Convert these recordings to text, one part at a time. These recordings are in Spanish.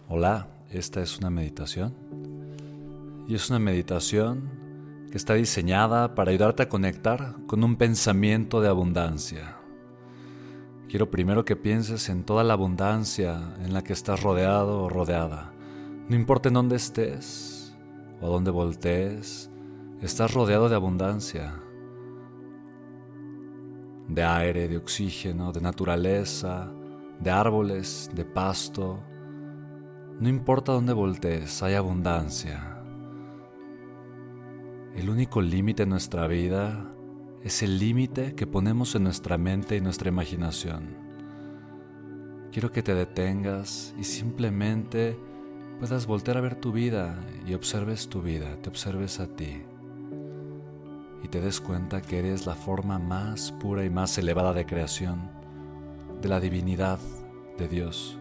Hola, esta es una meditación y es una meditación que está diseñada para ayudarte a conectar con un pensamiento de abundancia. Quiero primero que pienses en toda la abundancia en la que estás rodeado o rodeada. No importa en dónde estés o a dónde voltees, estás rodeado de abundancia. De aire, de oxígeno, de naturaleza, de árboles, de pasto. No importa dónde voltees, hay abundancia. El único límite en nuestra vida es el límite que ponemos en nuestra mente y nuestra imaginación. Quiero que te detengas y simplemente puedas voltear a ver tu vida y observes tu vida, te observes a ti y te des cuenta que eres la forma más pura y más elevada de creación, de la divinidad de Dios.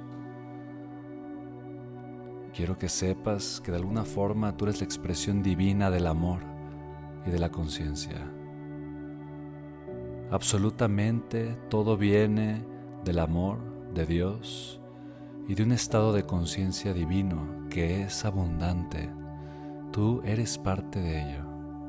Quiero que sepas que de alguna forma tú eres la expresión divina del amor y de la conciencia. Absolutamente todo viene del amor de Dios y de un estado de conciencia divino que es abundante. Tú eres parte de ello.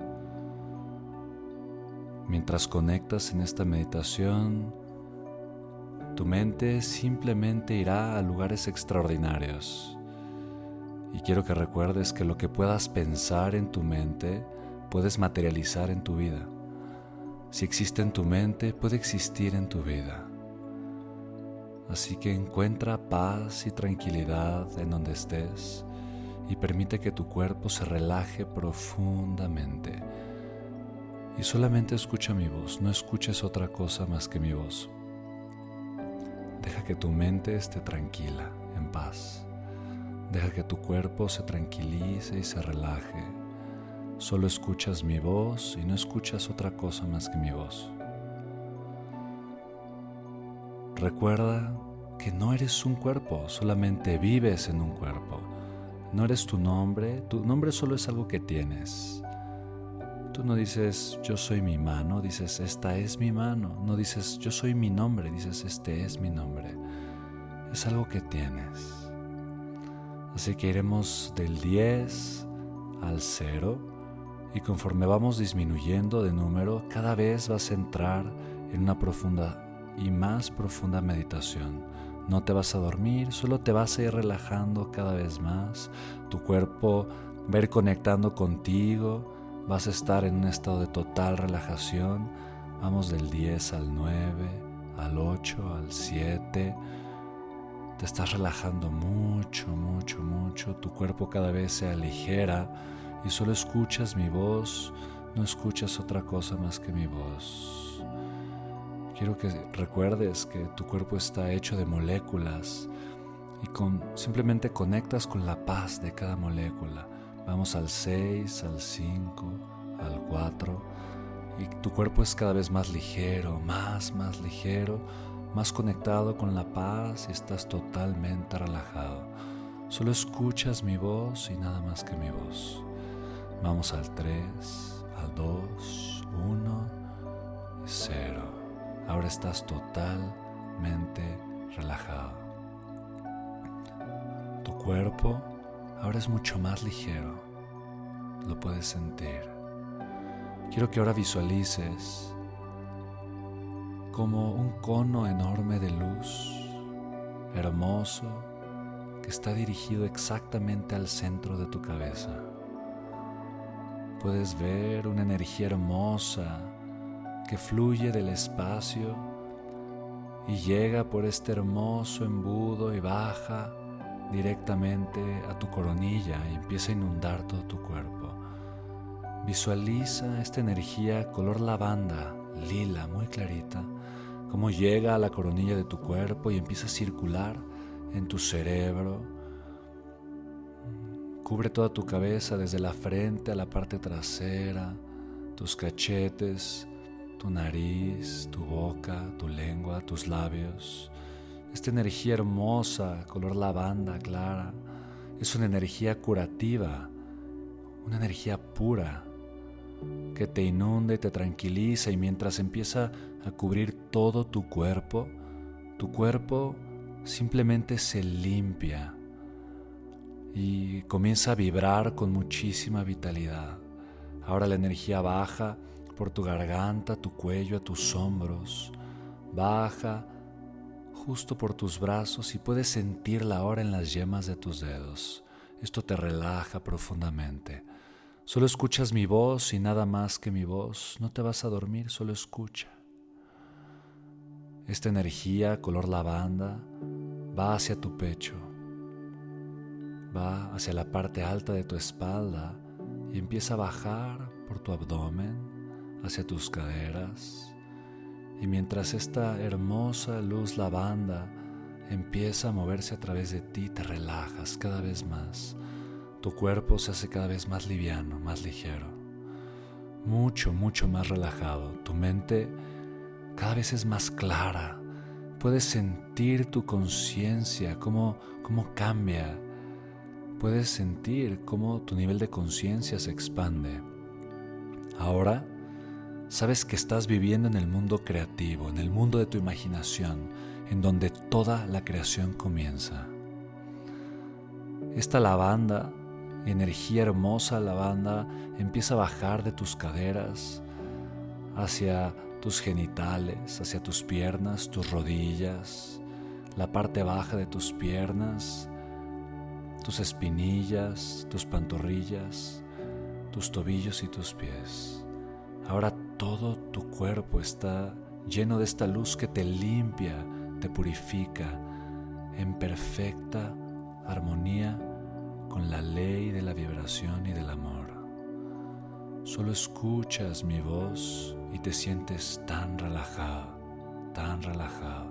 Mientras conectas en esta meditación, tu mente simplemente irá a lugares extraordinarios. Y quiero que recuerdes que lo que puedas pensar en tu mente, puedes materializar en tu vida. Si existe en tu mente, puede existir en tu vida. Así que encuentra paz y tranquilidad en donde estés y permite que tu cuerpo se relaje profundamente. Y solamente escucha mi voz, no escuches otra cosa más que mi voz. Deja que tu mente esté tranquila, en paz. Deja que tu cuerpo se tranquilice y se relaje. Solo escuchas mi voz y no escuchas otra cosa más que mi voz. Recuerda que no eres un cuerpo, solamente vives en un cuerpo. No eres tu nombre solo es algo que tienes. Tú no dices, yo soy mi mano, dices, esta es mi mano. No dices, yo soy mi nombre, dices, este es mi nombre. Es algo que tienes. Así que iremos del 10 al 0 y conforme vamos disminuyendo de número, cada vez vas a entrar en una profunda y más profunda meditación. No te vas a dormir, solo te vas a ir relajando cada vez más. Tu cuerpo va a ir conectando contigo, vas a estar en un estado de total relajación. Vamos del 10 al 9, al 8, al 7. Te estás relajando mucho, mucho, mucho. Tu cuerpo cada vez se aligera y solo escuchas mi voz, no escuchas otra cosa más que mi voz. Quiero que recuerdes que tu cuerpo está hecho de moléculas y simplemente conectas con la paz de cada molécula. Vamos al 6, al 5, al 4 y tu cuerpo es cada vez más ligero, más ligero, más conectado con la paz y estás totalmente relajado. Solo escuchas mi voz y nada más que mi voz. Vamos al 3, al 2, 1 y 0. Ahora estás totalmente relajado. Tu cuerpo ahora es mucho más ligero. Lo puedes sentir. Quiero que ahora visualices como un cono enorme de luz, hermoso, que está dirigido exactamente al centro de tu cabeza. Puedes ver una energía hermosa que fluye del espacio y llega por este hermoso embudo y baja directamente a tu coronilla y empieza a inundar todo tu cuerpo. Visualiza esta energía color lavanda, lila, muy clarita, cómo llega a la coronilla de tu cuerpo y empieza a circular en tu cerebro. Cubre toda tu cabeza desde la frente a la parte trasera, tus cachetes, tu nariz, tu boca, tu lengua, tus labios. Esta energía hermosa, color lavanda clara, es una energía curativa, una energía pura que te inunda y te tranquiliza, y mientras empieza a cubrir todo tu cuerpo simplemente se limpia. y comienza a vibrar con muchísima vitalidad. Ahora la energía baja por tu garganta, tu cuello, a tus hombros, baja justo por tus brazos y puedes sentirla ahora en las yemas de tus dedos. Esto te relaja profundamente. Solo escuchas mi voz y nada más que mi voz. No te vas a dormir, solo escucha. Esta energía color lavanda va hacia tu pecho, va hacia la parte alta de tu espalda y empieza a bajar por tu abdomen, hacia tus caderas. Y mientras esta hermosa luz lavanda empieza a moverse a través de ti, te relajas cada vez más. Tu cuerpo se hace cada vez más liviano, más ligero, mucho, mucho más relajado. Tu mente cada vez es más clara. Puedes sentir tu conciencia, cómo cambia. Puedes sentir cómo tu nivel de conciencia se expande. Ahora sabes que estás viviendo en el mundo creativo, en el mundo de tu imaginación, en donde toda la creación comienza. Esta lavanda, energía hermosa lavanda, empieza a bajar de tus caderas hacia tus genitales, hacia tus piernas, tus rodillas, la parte baja de tus piernas, tus espinillas, tus pantorrillas, tus tobillos y tus pies. Ahora todo tu cuerpo está lleno de esta luz que te limpia, te purifica, en perfecta armonía con la ley de la vibración y del amor. Solo escuchas mi voz y te sientes tan relajado, tan relajado.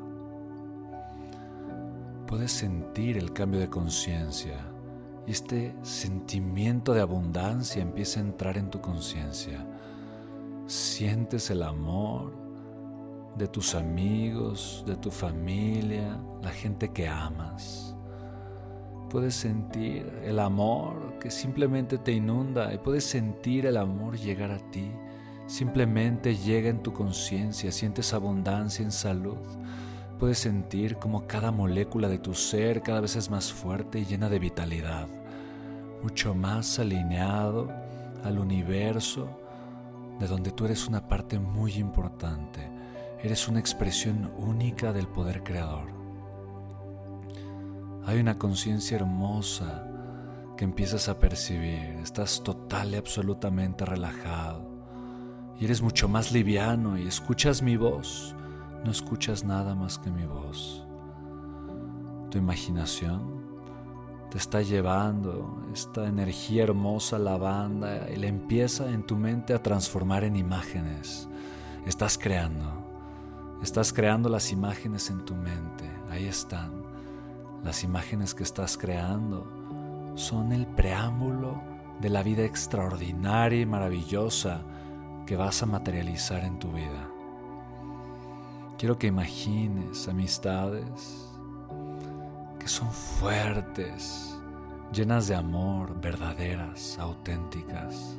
Puedes sentir el cambio de conciencia y este sentimiento de abundancia empieza a entrar en tu conciencia. Sientes el amor de tus amigos, de tu familia, la gente que amas. Puedes sentir el amor que simplemente te inunda y puedes sentir el amor llegar a ti. Simplemente llega en tu conciencia, sientes abundancia en salud. Puedes sentir como cada molécula de tu ser cada vez es más fuerte y llena de vitalidad, mucho más alineado al universo, de donde tú eres una parte muy importante. Eres una expresión única del poder creador. Hay una conciencia hermosa que empiezas a percibir. Estás total y absolutamente relajado. Y eres mucho más liviano y escuchas mi voz. No escuchas nada más que mi voz. Tu imaginación te está llevando esta energía hermosa lavanda y la empieza en tu mente a transformar en imágenes. Estás creando las imágenes en tu mente. Ahí están. Las imágenes que estás creando son el preámbulo de la vida extraordinaria y maravillosa que vas a materializar en tu vida. Quiero que imagines amistades que son fuertes, llenas de amor, verdaderas, auténticas.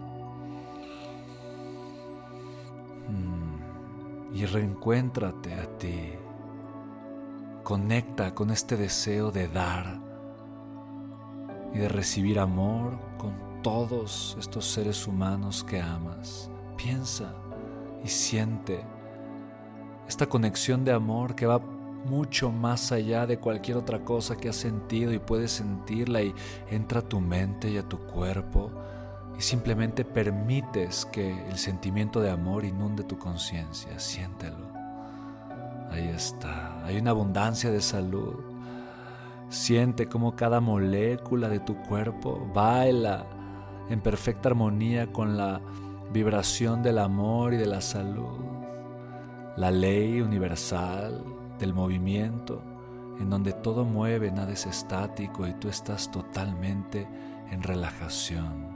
Y reencuéntrate a ti. Conecta con este deseo de dar y de recibir amor con todos estos seres humanos que amas. Piensa y siente esta conexión de amor que va mucho más allá de cualquier otra cosa que has sentido y puedes sentirla y entra a tu mente y a tu cuerpo y simplemente permites que el sentimiento de amor inunde tu conciencia. Siéntelo. Ahí está. Hay una abundancia de salud. Siente cómo cada molécula de tu cuerpo baila en perfecta armonía con la vibración del amor y de la salud. La ley universal del movimiento, en donde todo mueve, nada es estático y tú estás totalmente en relajación.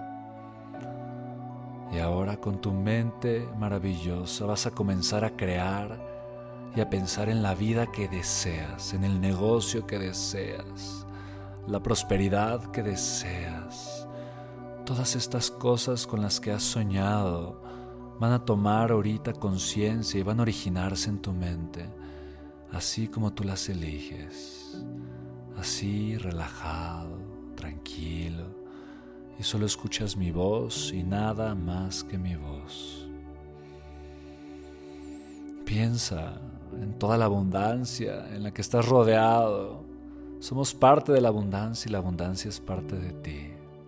Y ahora con tu mente maravillosa vas a comenzar a crear y a pensar en la vida que deseas, en el negocio que deseas, la prosperidad que deseas. Todas estas cosas con las que has soñado van a tomar ahorita conciencia y van a originarse en tu mente, así como tú las eliges, así relajado, tranquilo, y solo escuchas mi voz y nada más que mi voz. Piensa en toda la abundancia en la que estás rodeado. Somos parte de la abundancia y la abundancia es parte de ti.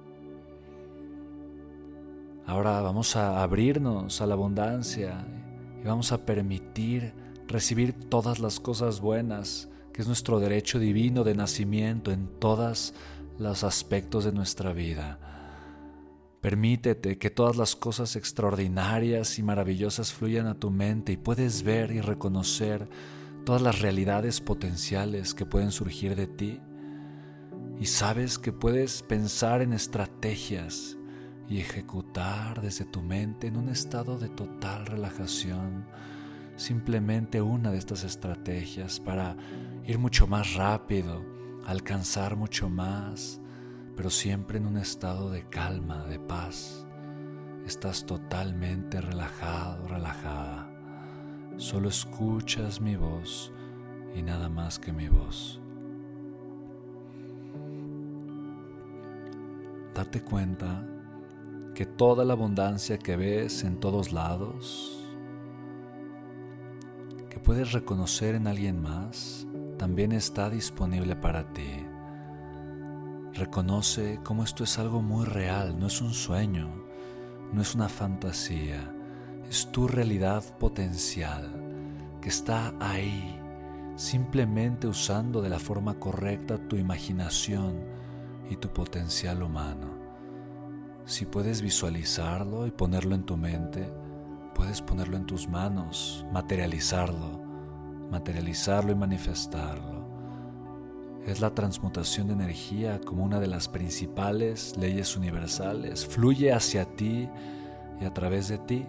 Ahora vamos a abrirnos a la abundancia y vamos a permitir recibir todas las cosas buenas, que es nuestro derecho divino de nacimiento en todos los aspectos de nuestra vida. Permítete que todas las cosas extraordinarias y maravillosas fluyan a tu mente y puedes ver y reconocer todas las realidades potenciales que pueden surgir de ti. Y sabes que puedes pensar en estrategias y ejecutar desde tu mente en un estado de total relajación simplemente una de estas estrategias para ir mucho más rápido, alcanzar mucho más, pero siempre en un estado de calma, de paz. Estás totalmente relajado, relajada. Solo escuchas mi voz y nada más que mi voz. Date cuenta que toda la abundancia que ves en todos lados, que puedes reconocer en alguien más, también está disponible para ti. Reconoce cómo esto es algo muy real, no es un sueño, no es una fantasía, es tu realidad potencial que está ahí, simplemente usando de la forma correcta tu imaginación y tu potencial humano. Si puedes visualizarlo y ponerlo en tu mente, puedes ponerlo en tus manos, materializarlo y manifestarlo. Es la transmutación de energía como una de las principales leyes universales. Fluye hacia ti y a través de ti.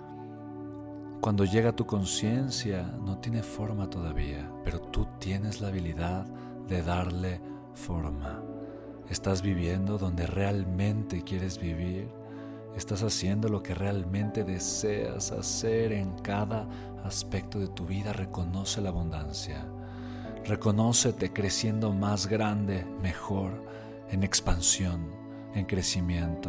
Cuando llega a tu conciencia, no tiene forma todavía, pero tú tienes la habilidad de darle forma. Estás viviendo donde realmente quieres vivir. Estás haciendo lo que realmente deseas hacer en cada aspecto de tu vida. Reconoce la abundancia. Reconócete creciendo más grande, mejor, en expansión, en crecimiento.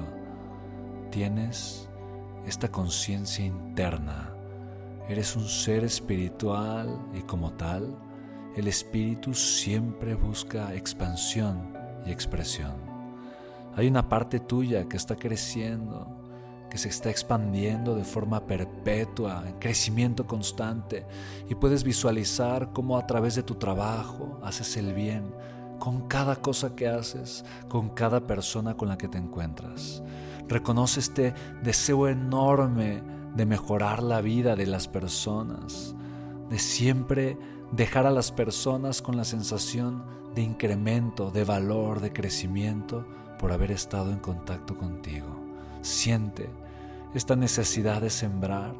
Tienes esta conciencia interna. Eres un ser espiritual y como tal, el espíritu siempre busca expansión y expresión. Hay una parte tuya que está creciendo, que se está expandiendo de forma perpetua, en crecimiento constante, y puedes visualizar cómo a través de tu trabajo haces el bien con cada cosa que haces, con cada persona con la que te encuentras. Reconoce este deseo enorme de mejorar la vida de las personas, de siempre dejar a las personas con la sensación de incremento, de valor, de crecimiento por haber estado en contacto contigo. Siente esta necesidad de sembrar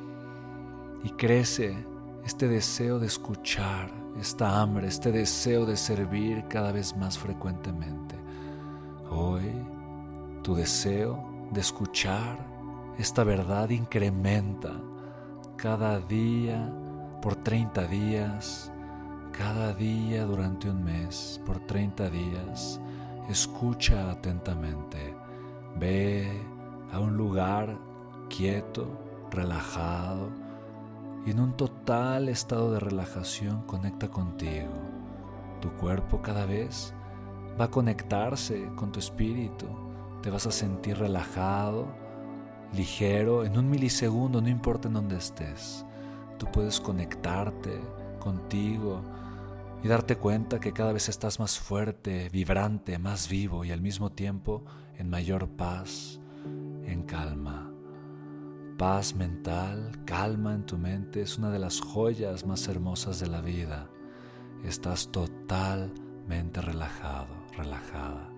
y crece este deseo de escuchar, esta hambre, este deseo de servir cada vez más frecuentemente. Hoy, tu deseo de escuchar esta verdad incrementa cada día por 30 días, cada día durante un mes, por 30 días. Escucha atentamente. Ve a un lugar quieto, relajado, y en un total estado de relajación conecta contigo. Tu cuerpo cada vez va a conectarse con tu espíritu. Te vas a sentir relajado, ligero, en un milisegundo, no importa en dónde estés. Tú puedes conectarte contigo y darte cuenta que cada vez estás más fuerte, vibrante, más vivo y al mismo tiempo en mayor paz, en calma. Paz mental, calma en tu mente es una de las joyas más hermosas de la vida. Estás totalmente relajado, relajada.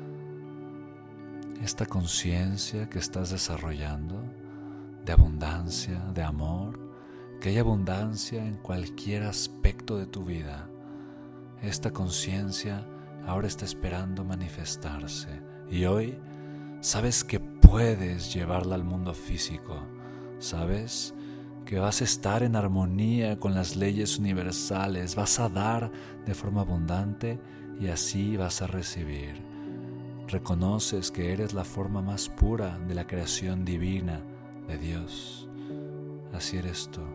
Esta conciencia que estás desarrollando de abundancia, de amor, que hay abundancia en cualquier aspecto de tu vida. Esta conciencia ahora está esperando manifestarse y hoy sabes que puedes llevarla al mundo físico. Sabes que vas a estar en armonía con las leyes universales, vas a dar de forma abundante y así vas a recibir. reconoces que eres la forma más pura de la creación divina de Dios. Así eres tú.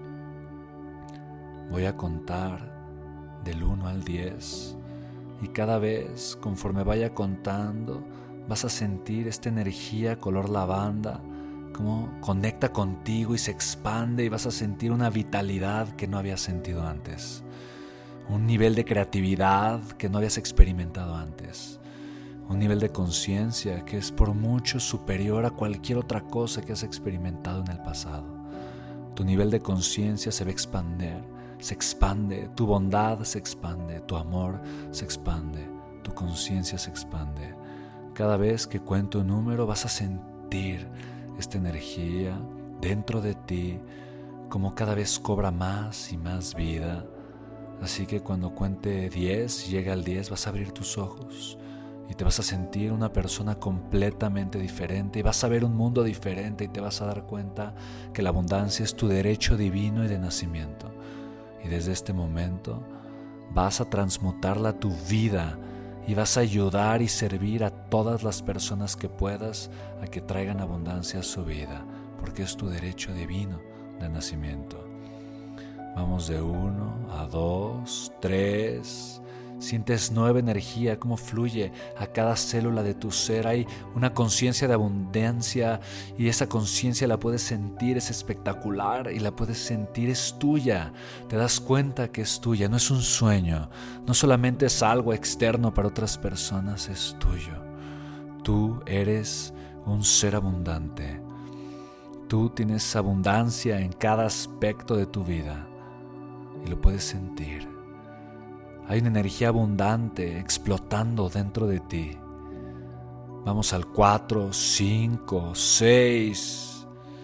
Voy a contar del 1 al 10 y cada vez, conforme vaya contando, vas a sentir esta energía color lavanda, como conecta contigo y se expande, y vas a sentir una vitalidad que no habías sentido antes, un nivel de creatividad que no habías experimentado antes, un nivel de conciencia que es por mucho superior a cualquier otra cosa que has experimentado en el pasado. Tu nivel de conciencia se va a expandir, se expande, tu bondad se expande, tu amor se expande, tu conciencia se expande. Cada vez que cuento un número vas a sentir esta energía dentro de ti, como cada vez cobra más y más vida. Así que cuando cuente 10, llega al 10, vas a abrir tus ojos y te vas a sentir una persona completamente diferente y vas a ver un mundo diferente y te vas a dar cuenta que la abundancia es tu derecho divino y de nacimiento. Y desde este momento vas a transmutarla a tu vida y vas a ayudar y servir a todas las personas que puedas a que traigan abundancia a su vida, porque es tu derecho divino de nacimiento. Vamos de 1 a 2, 3. Sientes nueva energía, cómo fluye a cada célula de tu ser. Hay una conciencia de abundancia y esa conciencia la puedes sentir, es espectacular y la puedes sentir, es tuya. Te das cuenta que es tuya, no es un sueño, no solamente es algo externo para otras personas, es tuyo. Tú eres un ser abundante. Tú tienes abundancia en cada aspecto de tu vida y lo puedes sentir. Hay una energía abundante explotando dentro de ti. Vamos al 4, 5, 6.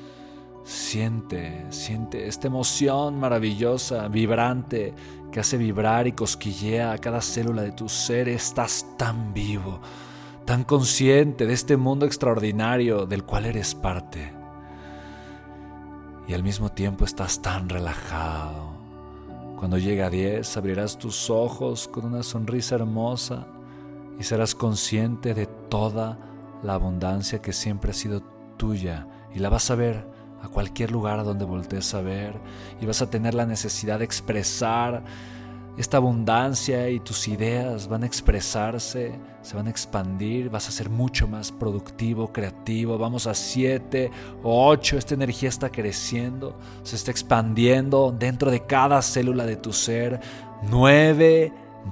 Siente esta emoción maravillosa, vibrante, que hace vibrar y cosquillea a cada célula de tu ser. Estás tan vivo, tan consciente de este mundo extraordinario del cual eres parte. Y al mismo tiempo estás tan relajado. Cuando llegue a 10, abrirás tus ojos con una sonrisa hermosa y serás consciente de toda la abundancia que siempre ha sido tuya y la vas a ver a cualquier lugar a donde voltees a ver y vas a tener la necesidad de expresar esta abundancia y tus ideas van a expresarse, se van a expandir, vas a ser mucho más productivo, creativo. Vamos a 7 o 8, esta energía está creciendo, se está expandiendo dentro de cada célula de tu ser. 9,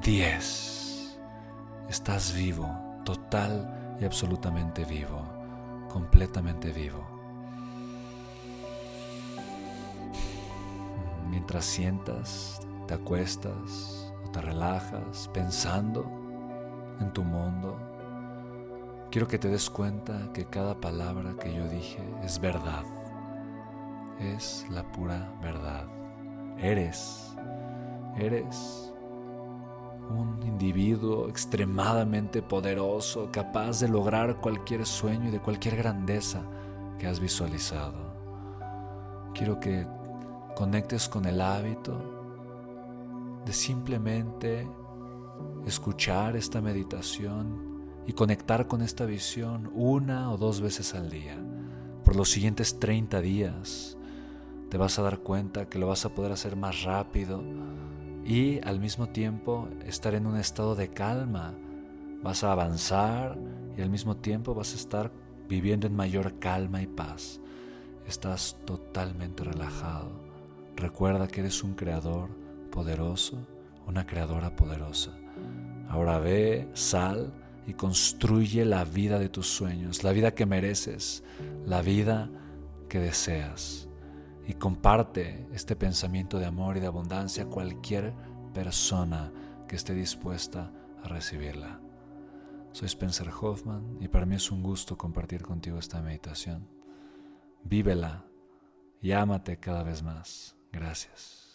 10. Estás vivo, total y absolutamente vivo, completamente vivo. Mientras sientas, te acuestas o te relajas pensando en tu mundo, quiero que te des cuenta que cada palabra que yo dije es verdad, es la pura verdad. Eres un individuo extremadamente poderoso, capaz de lograr cualquier sueño y de cualquier grandeza que has visualizado. Quiero que conectes con el hábito de simplemente escuchar esta meditación y conectar con esta visión 1 o 2 veces al día. Por los siguientes 30 días te vas a dar cuenta que lo vas a poder hacer más rápido y al mismo tiempo estar en un estado de calma. Vas a avanzar y al mismo tiempo vas a estar viviendo en mayor calma y paz. Estás totalmente relajado. Recuerda que eres un creador poderoso, una creadora poderosa. Ahora ve, sal y construye la vida de tus sueños, la vida que mereces, la vida que deseas. Y comparte este pensamiento de amor y de abundancia a cualquier persona que esté dispuesta a recibirla. Soy Spencer Hoffman y para mí es un gusto compartir contigo esta meditación. Vívela y ámate cada vez más. Gracias.